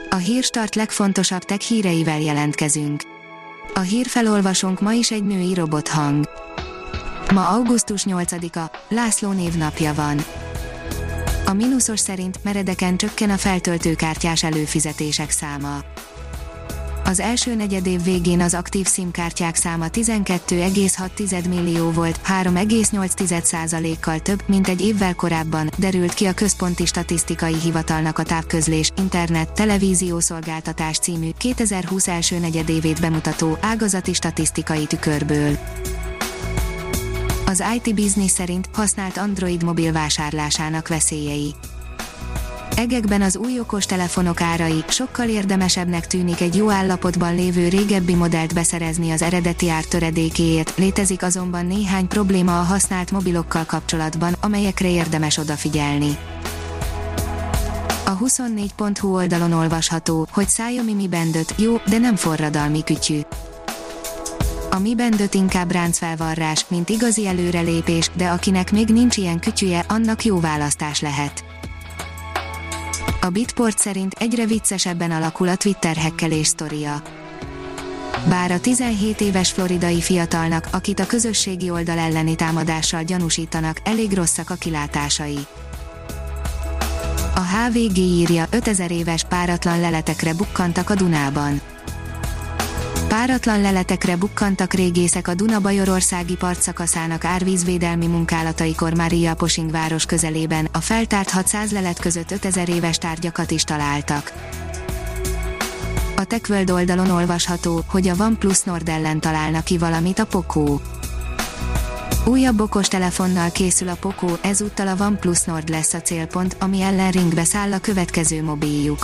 A Hírstart legfontosabb tech híreivel jelentkezünk. A hírfelolvasónk ma is egy női robothang. Ma augusztus 8-a, László névnapja van. A Minusos szerint meredeken csökken a feltöltőkártyás előfizetések száma. Az első negyedév végén az aktív SIM-kártyák száma 12,6 millió volt, 3,8%-kal több, mint egy évvel korábban, derült ki a Központi Statisztikai Hivatalnak a Távközlés, Internet, Televíziószolgáltatás című 2020 első negyedévét bemutató ágazati statisztikai tükörből. Az IT Business szerint használt Android mobil vásárlásának veszélyei. Egekben az új okostelefonok árai, sokkal érdemesebbnek tűnik egy jó állapotban lévő régebbi modellt beszerezni az eredeti ár töredékéért, létezik azonban néhány probléma a használt mobilokkal kapcsolatban, amelyekre érdemes odafigyelni. A 24.hu oldalon olvasható, hogy Xiaomi Mi Band 5 jó, de nem forradalmi kütyű. A Mi Band 5 inkább ráncfelvarrás, mint igazi előrelépés, de akinek még nincs ilyen kütyüje, annak jó választás lehet. A Bitport szerint egyre viccesebben alakul a Twitter hekkelés sztoria. Bár a 17 éves floridai fiatalnak, akit a közösségi oldal elleni támadással gyanúsítanak, elég rosszak a kilátásai. A HVG írja, 5000 éves páratlan leletekre bukkantak a Dunában. Páratlan leletekre bukkantak régészek a Duna-bajorországi partszakaszának árvízvédelmi munkálataikor Mariaposing város közelében, a feltárt 600 lelet között 5000 éves tárgyakat is találtak. A TechWorld oldalon olvasható, hogy a OnePlus Nord ellen találna ki valamit a Poco. Újabb okostelefonnal készül a Poco, ezúttal a OnePlus Nord lesz a célpont, ami ellen ringbe száll a következő mobiljuk.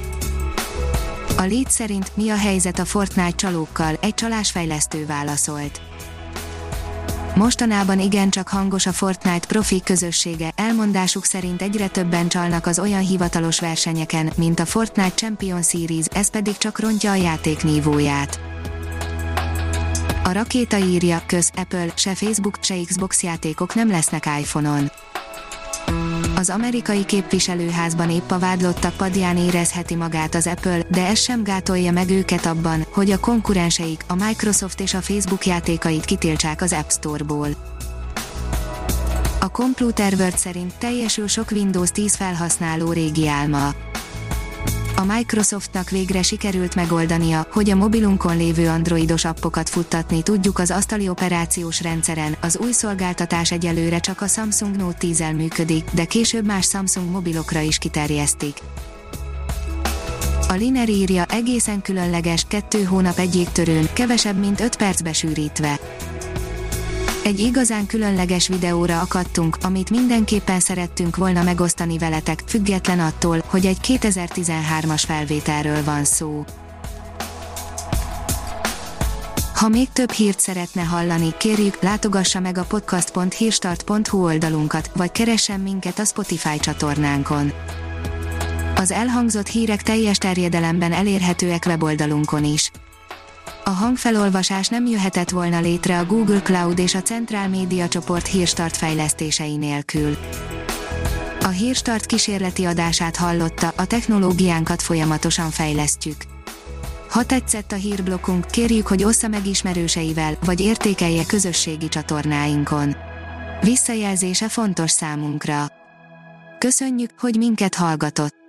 A Lead szerint mi a helyzet a Fortnite csalókkal, egy csalásfejlesztő válaszolt. Mostanában igencsak hangos a Fortnite profi közössége, elmondásuk szerint egyre többen csalnak az olyan hivatalos versenyeken, mint a Fortnite Champion Series, ez pedig csak rontja a játék nívóját. A Rakéta írja, Apple, se Facebook, se Xbox játékok nem lesznek iPhone-on. Az amerikai képviselőházban épp a vádlottak padján érezheti magát az Apple, de ez sem gátolja meg őket abban, hogy a konkurenseik, a Microsoft és a Facebook játékait kitiltsák az App Store-ból. A Computer World szerint teljesül sok Windows 10 felhasználó régi álma. A Microsoftnak végre sikerült megoldania, hogy a mobilunkon lévő androidos appokat futtatni tudjuk az asztali operációs rendszeren. Az új szolgáltatás egyelőre csak a Samsung Note 10-el működik, de később más Samsung mobilokra is kiterjesztik. A Liner írja, egészen különleges, 2 hónap egy jégtörőn, kevesebb mint 5 percbe sűrítve. Egy igazán különleges videóra akadtunk, amit mindenképpen szerettünk volna megosztani veletek, független attól, hogy egy 2013-as felvételről van szó. Ha még több hírt szeretne hallani, kérjük, látogassa meg a podcast.hírstart.hu oldalunkat, vagy keressen minket a Spotify csatornánkon. Az elhangzott hírek teljes terjedelemben elérhetőek weboldalunkon is. A hangfelolvasás nem jöhetett volna létre a Google Cloud és a Centrál Média csoport Hírstart fejlesztései nélkül. A Hírstart kísérleti adását hallotta, a technológiánkat folyamatosan fejlesztjük. Ha tetszett a hírblokkunk, kérjük, hogy ossza meg ismerőseivel, vagy értékelje közösségi csatornáinkon. Visszajelzése fontos számunkra. Köszönjük, hogy minket hallgatott!